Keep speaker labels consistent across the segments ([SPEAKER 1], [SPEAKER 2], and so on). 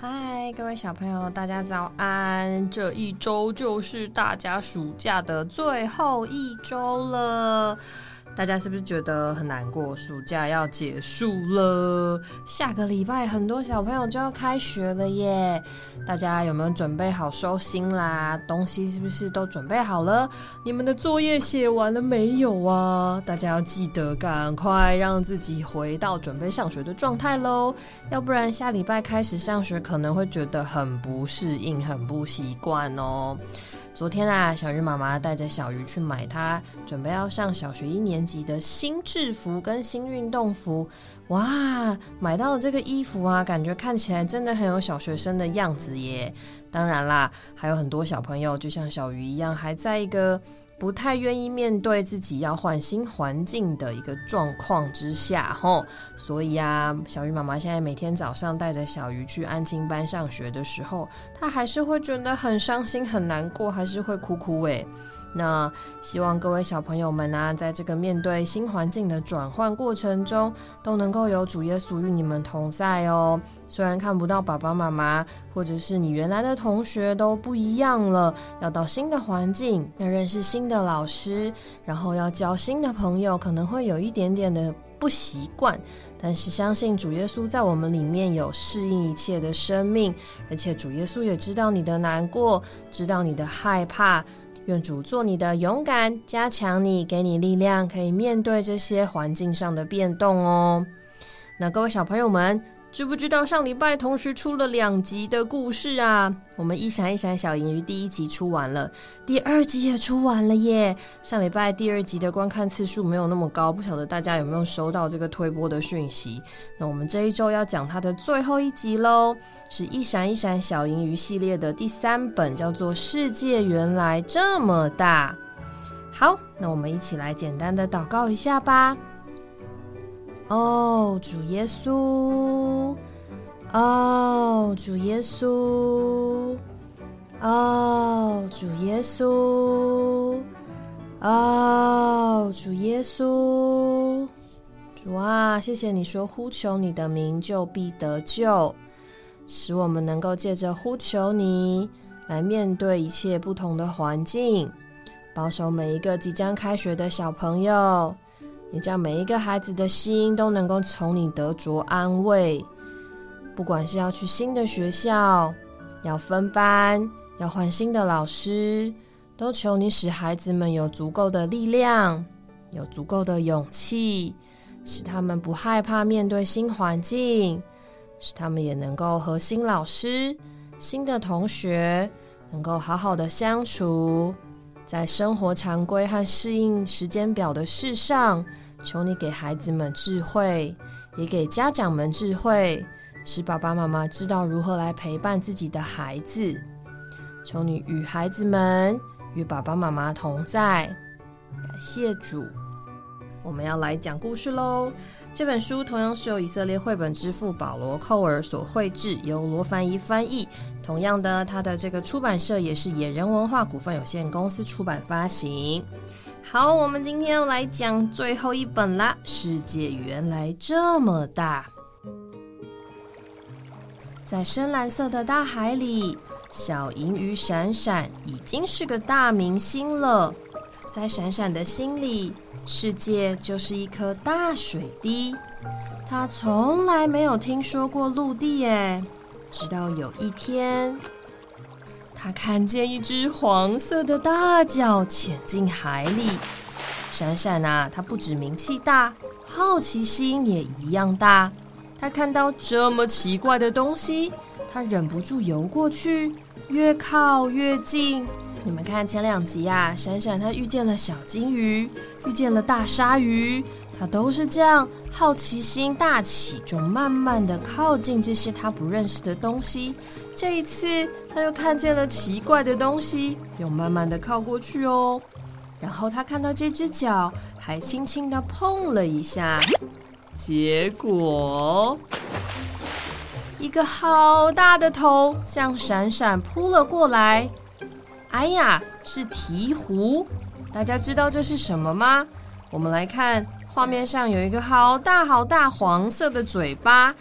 [SPEAKER 1] 嗨，各位小朋友，大家早安！这一周就是大家暑假的最后一周了，大家是不是觉得很难过？暑假要结束了，下个礼拜很多小朋友就要开学了耶！大家有没有准备好收心啦？东西是不是都准备好了？你们的作业写完了没有啊？大家要记得赶快让自己回到准备上学的状态咯，要不然下礼拜开始上学可能会觉得很不适应、很不习惯哦。昨天啊，小鱼妈妈带着小鱼去买她准备要上小学1年级的新制服跟新运动服。哇，买到的这个衣服啊，感觉看起来真的很有小学生的样子耶。当然啦，还有很多小朋友就像小鱼一样，还在一个不太愿意面对自己要换新环境的一个状况之下齁，所以啊，小鱼妈妈现在每天早上带着小鱼去安亲班上学的时候，她还是会觉得很伤心很难过，还是会哭哭耶。那希望各位小朋友们啊，在这个面对新环境的转换过程中，都能够有主耶稣与你们同在哦。虽然看不到爸爸妈妈，或者是你原来的同学都不一样了，要到新的环境，要认识新的老师，然后要交新的朋友，可能会有一点点的不习惯，但是相信主耶稣在我们里面有适应一切的生命，而且主耶稣也知道你的难过，知道你的害怕，愿主做你的勇敢，加强你，给你力量，可以面对这些环境上的变动哦。那各位小朋友们，知不知道上礼拜同时出了2集的故事啊？我们一闪一闪小银鱼第1集出完了，第2集也出完了耶。上礼拜第2集的观看次数没有那么高，不晓得大家有没有收到这个推播的讯息。那我们这一周要讲它的最后1集咯，是一闪一闪小银鱼系列的第3本，叫做《世界原来这么大》。好，那我们一起来简单的祷告一下吧。哦，主耶稣，哦，主耶稣，哦，主耶稣，哦，主耶稣，主啊，谢谢你说呼求你的名就必得救，使我们能够借着呼求你来面对一切不同的环境，保守每一个即将开学的小朋友，也将每一个孩子的心都能够从你得着安慰。不管是要去新的学校，要分班，要换新的老师，都求你使孩子们有足够的力量，有足够的勇气，使他们不害怕面对新环境，使他们也能够和新老师、新的同学能够好好的相处。在生活常规和适应时间表的事上，求你给孩子们智慧，也给家长们智慧，使爸爸妈妈知道如何来陪伴自己的孩子。求你与孩子们与爸爸妈妈同在，感谢主。我们要来讲故事咯。这本书同样是由以色列绘本之父保罗·寇尔所绘制，由罗凡怡翻译。同样的，他的这个出版社也是野人文化股份有限公司出版发行。好，我们今天要来讲最后一本啦，《世界原来这么大》。在深蓝色的大海里，小银鱼闪闪已经是个大明星了。在闪闪的心里，世界就是一颗大水滴。他从来没有听说过陆地耶，直到有一天，他看见一只黄色的大脚潜进海里。闪闪啊，他不止名气大，好奇心也一样大。他看到这么奇怪的东西，他忍不住游过去，越靠越近。你们看前2集啊，闪闪他遇见了小金鱼，遇见了大鲨鱼，他都是这样，好奇心大起，就慢慢的靠近这些他不认识的东西。这一次他又看见了奇怪的东西，又慢慢的靠过去哦。然后他看到这只脚，还轻轻的碰了一下，结果一个好大的头向闪闪扑了过来。哎呀，是鹈鹕！大家知道这是什么吗？我们来看画面上有一个好大好大黄色的嘴巴，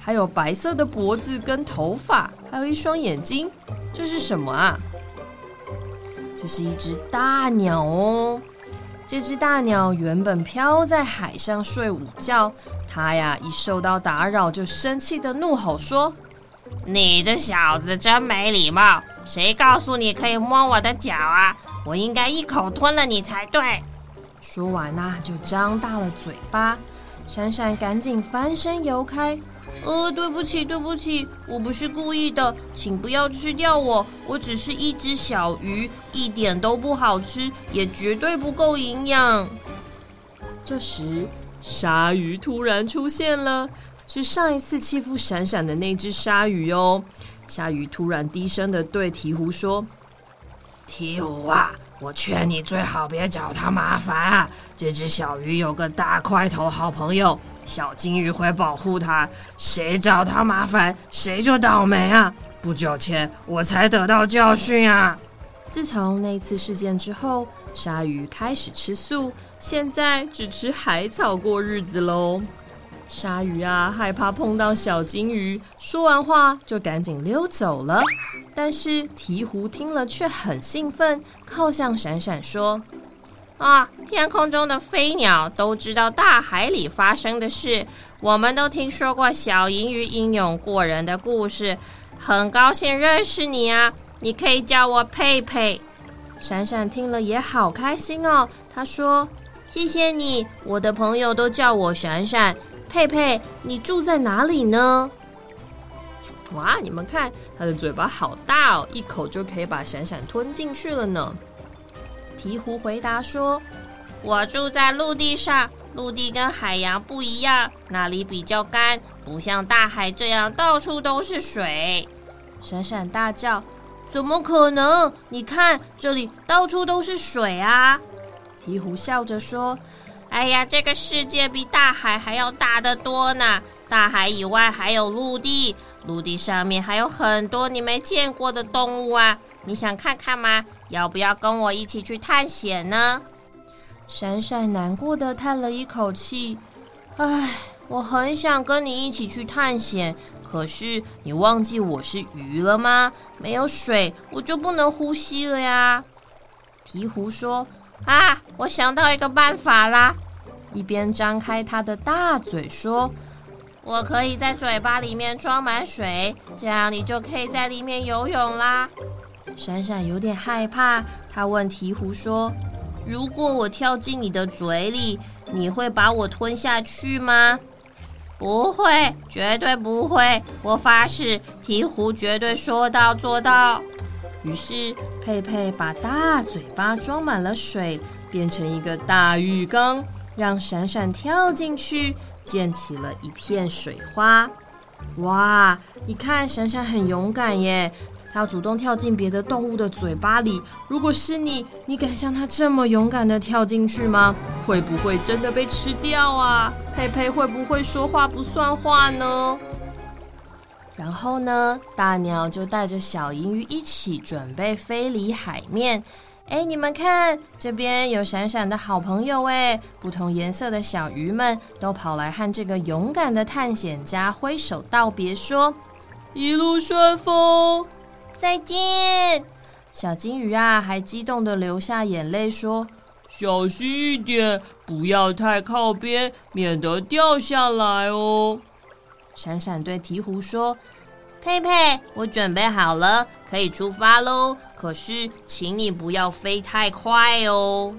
[SPEAKER 1] 还有白色的脖子跟头发，还有一双眼睛。这是什么啊？这是一只大鸟哦。这只大鸟原本飘在海上睡午觉，它呀一受到打扰就生气的怒吼说：你这小子真没礼貌，谁告诉你可以摸我的脚啊？我应该一口吞了你才对。说完就张大了嘴巴。闪闪赶紧翻身游开。对不起，我不是故意的，请不要吃掉我，我只是一只小鱼，一点都不好吃，也绝对不够营养。这时，鲨鱼突然出现了，是上一次欺负闪闪的那只鲨鱼哦。鲨鱼突然低声的对鹈鹕说：鹈鹕啊，我劝你最好别找他麻烦啊！这只小鱼有个大块头好朋友，小金鱼会保护它，谁找他麻烦，谁就倒霉啊！不久前我才得到教训啊！自从那次事件之后，鲨鱼开始吃素，现在只吃海草过日子喽。鲨鱼害怕碰到小金鱼，说完话就赶紧溜走了。但是鹈鹕听了却很兴奋，靠向闪闪说：天空中的飞鸟都知道大海里发生的事，我们都听说过小银鱼英勇过人的故事，很高兴认识你啊，你可以叫我佩佩。闪闪听了也好开心哦，他说：谢谢你，我的朋友都叫我闪闪。佩佩，你住在哪里呢？哇，你们看，它的嘴巴好大哦，一口就可以把闪闪吞进去了呢。鹈鹕回答说：我住在陆地上，陆地跟海洋不一样，那里比较干，不像大海这样到处都是水。闪闪大叫：怎么可能？你看，这里到处都是水啊！鹈鹕笑着说：哎呀，这个世界比大海还要大得多呢！大海以外还有陆地，陆地上面还有很多你没见过的动物啊！你想看看吗？要不要跟我一起去探险呢？闪闪难过的叹了一口气：唉，我很想跟你一起去探险，可是你忘记我是鱼了吗？没有水，我就不能呼吸了呀！鹈鹕说：我想到一个办法啦！一边张开他的大嘴说：我可以在嘴巴里面装满水，这样你就可以在里面游泳啦。闪闪有点害怕，他问鹈鹕说：如果我跳进你的嘴里，你会把我吞下去吗？不会，绝对不会，我发誓，鹈鹕绝对说到做到。于是佩佩把大嘴巴装满了水，变成一个大浴缸，让闪闪跳进去，溅起了一片水花。哇，你看闪闪很勇敢耶，他要主动跳进别的动物的嘴巴里。如果是你，你敢像他这么勇敢的跳进去吗？会不会真的被吃掉啊？佩佩会不会说话不算话呢？然后呢，大鸟就带着小银鱼一起准备飞离海面。你们看，这边有闪闪的好朋友哎，不同颜色的小鱼们都跑来和这个勇敢的探险家挥手道别，说：一路顺风，再见。小金鱼还激动地流下眼泪说：小心一点，不要太靠边，免得掉下来哦。闪闪对鹈鹕说：佩佩，我准备好了，可以出发喽。可是，请你不要飞太快哦。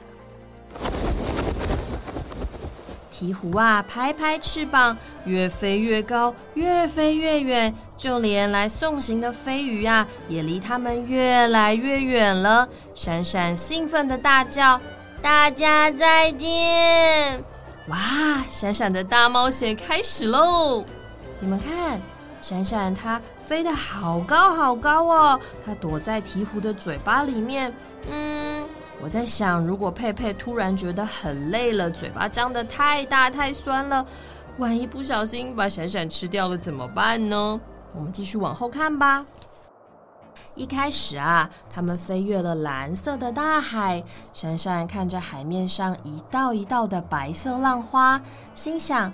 [SPEAKER 1] 鹈鹕拍拍翅膀，越飞越高，越飞越远，就连来送行的飞鱼也离他们越来越远了。闪闪兴奋地大叫：大家再见！哇，闪闪的大冒险开始喽！你们看，闪闪它飞得好高好高哦，它躲在鹈鹕的嘴巴里面。我在想，如果佩佩突然觉得很累了，嘴巴张得太大太酸了，万一不小心把闪闪吃掉了怎么办呢？我们继续往后看吧。一开始他们飞越了蓝色的大海，闪闪看着海面上一道一道的白色浪花，心想：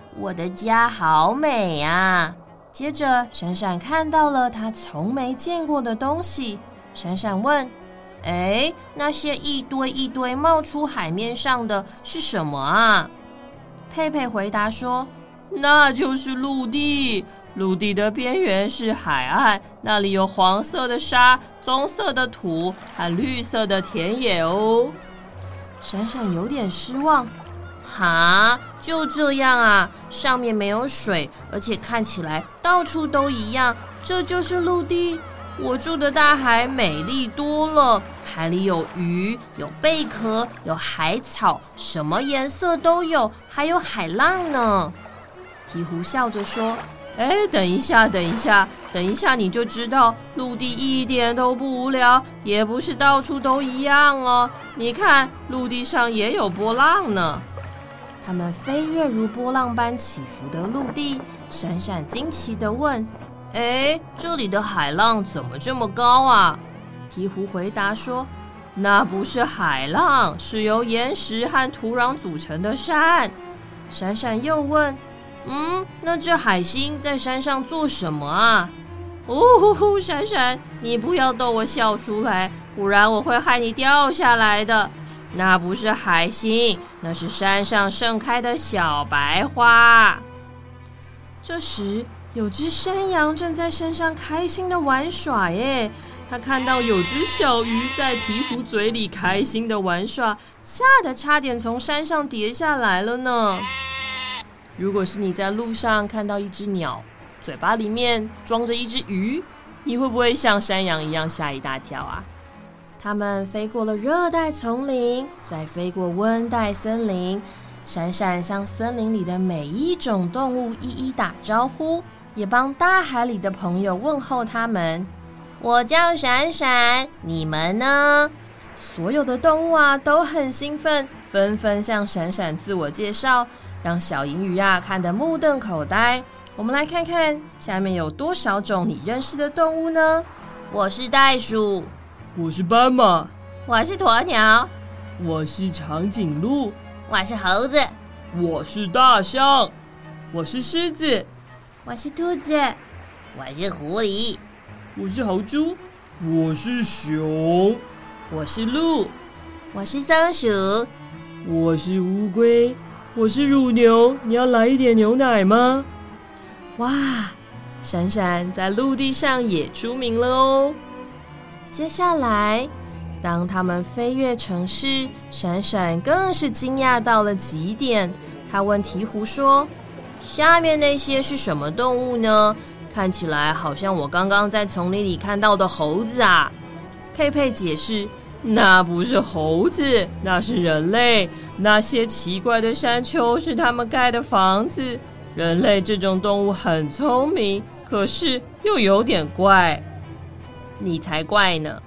[SPEAKER 1] 我的家好美啊！接着，闪闪看到了他从没见过的东西。闪闪问：“哎，那些一堆一堆冒出海面上的是什么啊？”佩佩回答说：“那就是陆地。陆地的边缘是海岸，那里有黄色的沙、棕色的土和绿色的田野哦。”闪闪有点失望。哈，就这样啊？上面没有水，而且看起来到处都一样，这就是陆地？我住的大海美丽多了，海里有鱼，有贝壳，有海草，什么颜色都有，还有海浪呢。鹈鹕笑着说：“哎，等一下，你就知道陆地一点都不无聊，也不是到处都一样哦。你看，陆地上也有波浪呢。”他们飞跃如波浪般起伏的陆地，闪闪惊奇地问：“哎，这里的海浪怎么这么高啊？”鹈鹕回答说：“那不是海浪，是由岩石和土壤组成的山。”闪闪又问：“那这海星在山上做什么啊？”哦，闪闪，你不要逗我笑出来，不然我会害你掉下来的。那不是海星，那是山上盛开的小白花。这时，有只山羊正在山上开心的玩耍耶。他看到有只小鱼在鹈鹕嘴里开心的玩耍，吓得差点从山上跌下来了呢。如果是你在路上看到一只鸟，嘴巴里面装着一只鱼，你会不会像山羊一样吓一大跳啊？他们飞过了热带丛林，再飞过温带森林。闪闪向森林里的每一种动物一一打招呼，也帮大海里的朋友问候他们。我叫闪闪，你们呢？所有的动物啊都很兴奋，纷纷向闪闪自我介绍，让小银鱼啊看得目瞪口呆。我们来看看下面有多少种你认识的动物呢？我是袋鼠，
[SPEAKER 2] 我是斑马，
[SPEAKER 1] 我是鸵鸟，
[SPEAKER 2] 我是长颈鹿，
[SPEAKER 1] 我是猴子，
[SPEAKER 2] 我是大象，我是狮子，
[SPEAKER 1] 我是兔子，我是狐狸，
[SPEAKER 2] 我是豪猪，我是熊，
[SPEAKER 1] 我是鹿，我是松鼠，
[SPEAKER 2] 我是乌龟，我是乳牛。你要来一点牛奶吗？
[SPEAKER 1] 哇，闪闪在陆地上也出名了哦。接下来，当他们飞越城市，闪闪更是惊讶到了极点。他问鹈鹕说：“下面那些是什么动物呢？看起来好像我刚刚在丛林里看到的猴子啊。”佩佩解释：“那不是猴子，那是人类。那些奇怪的山丘是他们盖的房子。人类这种动物很聪明，可是又有点怪。你才怪呢！”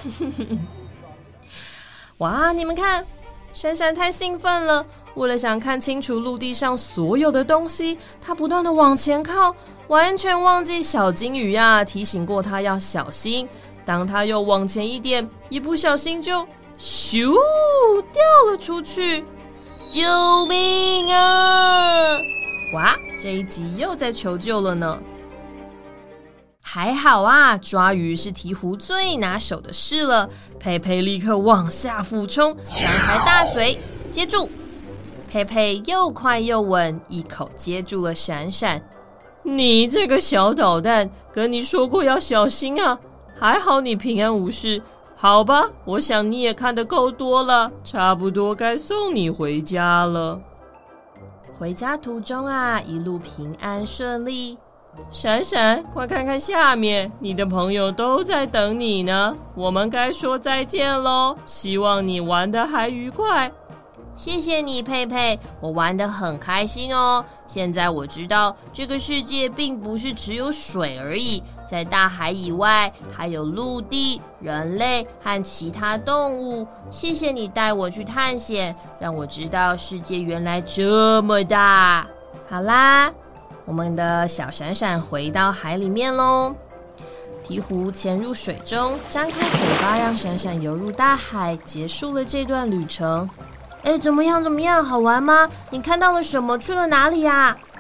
[SPEAKER 1] 哇，你们看，闪闪太兴奋了，为了想看清楚陆地上所有的东西，他不断的往前靠，完全忘记小金鱼啊提醒过他要小心。当他又往前一点，一不小心就咻掉了出去，救命啊！哇，这一集又在求救了呢。还好啊，抓鱼是鹈鹕最拿手的事了。佩佩立刻往下俯冲，张开大嘴接住。佩佩又快又稳，一口接住了闪闪。你这个小捣蛋，跟你说过要小心啊！还好你平安无事。好吧，我想你也看得够多了，差不多该送你回家了。回家途中啊，一路平安顺利。闪闪，快看看下面，你的朋友都在等你呢。我们该说再见咯，希望你玩得还愉快。谢谢你，佩佩，我玩得很开心哦。现在我知道这个世界并不是只有水而已，在大海以外还有陆地、人类和其他动物。谢谢你带我去探险，让我知道世界原来这么大。好啦，我们的小闪闪回到海里面咯。鹈鹕潜入水中，张开嘴巴让闪闪游入大海，结束了这段旅程。怎么样？好玩吗？你看到了什么？去了哪里呀？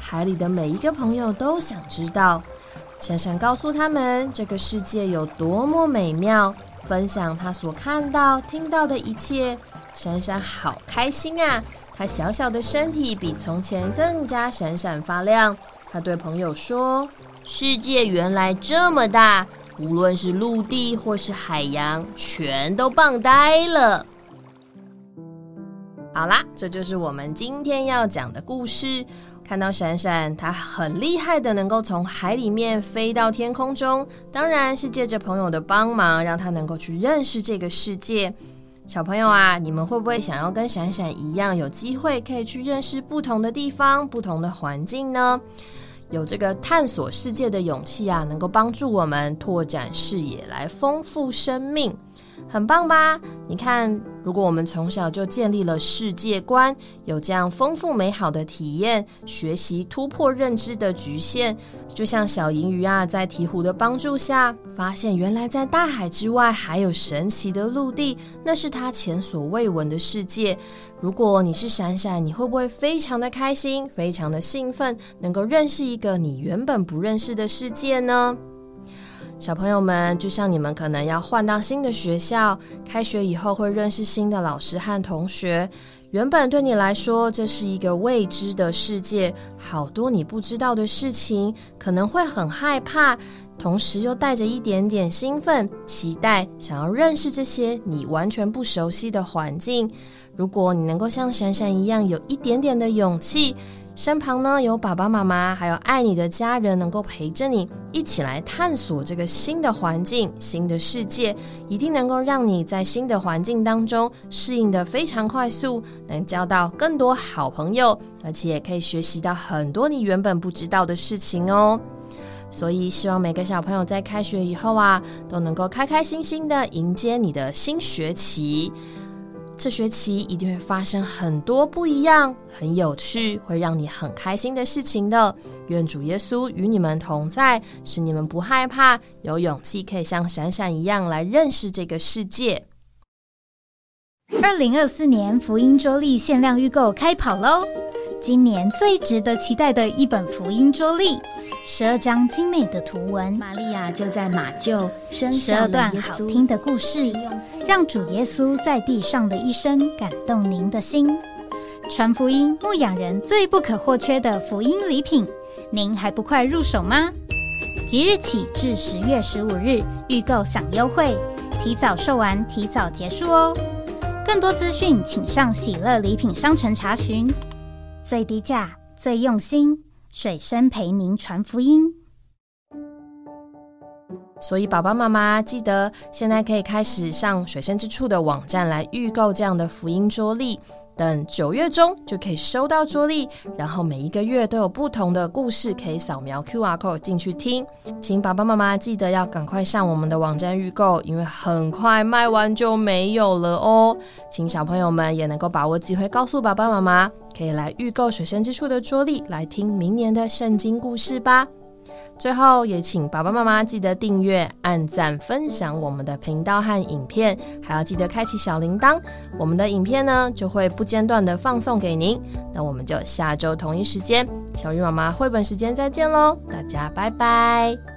[SPEAKER 1] 海里的每一个朋友都想知道。闪闪告诉他们这个世界有多么美妙，分享他所看到听到的一切。闪闪好开心啊，他小小的身体比从前更加闪闪发亮。他对朋友说，世界原来这么大，无论是陆地或是海洋，全都棒呆了。好啦，这就是我们今天要讲的故事。看到闪闪，他很厉害的能够从海里面飞到天空中，当然是借着朋友的帮忙，让他能够去认识这个世界。小朋友啊，你们会不会想要跟闪闪一样，有机会可以去认识不同的地方、不同的环境呢？有这个探索世界的勇气啊，能够帮助我们拓展视野，来丰富生命。很棒吧？你看，如果我们从小就建立了世界观，有这样丰富美好的体验，学习突破认知的局限，就像小银鱼啊，在鹈鹕的帮助下，发现原来在大海之外还有神奇的陆地，那是他前所未闻的世界。如果你是闪闪，你会不会非常的开心，非常的兴奋，能够认识一个你原本不认识的世界呢？小朋友们，就像你们可能要换到新的学校，开学以后会认识新的老师和同学，原本对你来说这是一个未知的世界，好多你不知道的事情，可能会很害怕，同时又带着一点点兴奋、期待，想要认识这些你完全不熟悉的环境。如果你能够像闪闪一样有一点点的勇气，身旁呢有爸爸妈妈还有爱你的家人能够陪着你一起来探索这个新的环境、新的世界，一定能够让你在新的环境当中适应得非常快速，能交到更多好朋友，而且也可以学习到很多你原本不知道的事情哦。所以希望每个小朋友在开学以后啊，都能够开开心心的迎接你的新学期。这学期一定会发生很多不一样、很有趣、会让你很开心的事情的。愿主耶稣与你们同在，使你们不害怕，有勇气可以像闪闪一样来认识这个世界。
[SPEAKER 3] 2024年福音桌历限量预购开跑咯！今年最值得期待的一本福音桌历，12张精美的图文，
[SPEAKER 4] 玛利亚就在马厩生下了耶稣，12
[SPEAKER 3] 段好听的故事，让主耶稣在地上的一生感动您的心。传福音牧养人最不可或缺的福音礼品，您还不快入手吗？即日起至10月15日预购享优惠，提早售完提早结束哦。更多资讯请上喜乐礼品商城查询。最低价，最用心，水深陪您传福音。
[SPEAKER 1] 所以爸爸妈妈记得现在可以开始上水深之处的网站来预购这样的福音桌历，等9月中就可以收到桌历，然后每一个月都有不同的故事可以扫描 QR code 进去听。请爸爸妈妈记得要赶快上我们的网站预购，因为很快卖完就没有了哦。请小朋友们也能够把握机会，告诉爸爸妈妈可以来预购水深之处的桌历，来听明年的圣经故事吧。最后也请爸爸妈妈记得订阅、按赞、分享我们的频道和影片，还要记得开启小铃铛，我们的影片呢就会不间断的放送给您。那我们就下周同一时间小鱼妈妈绘本时间再见咯，大家拜拜。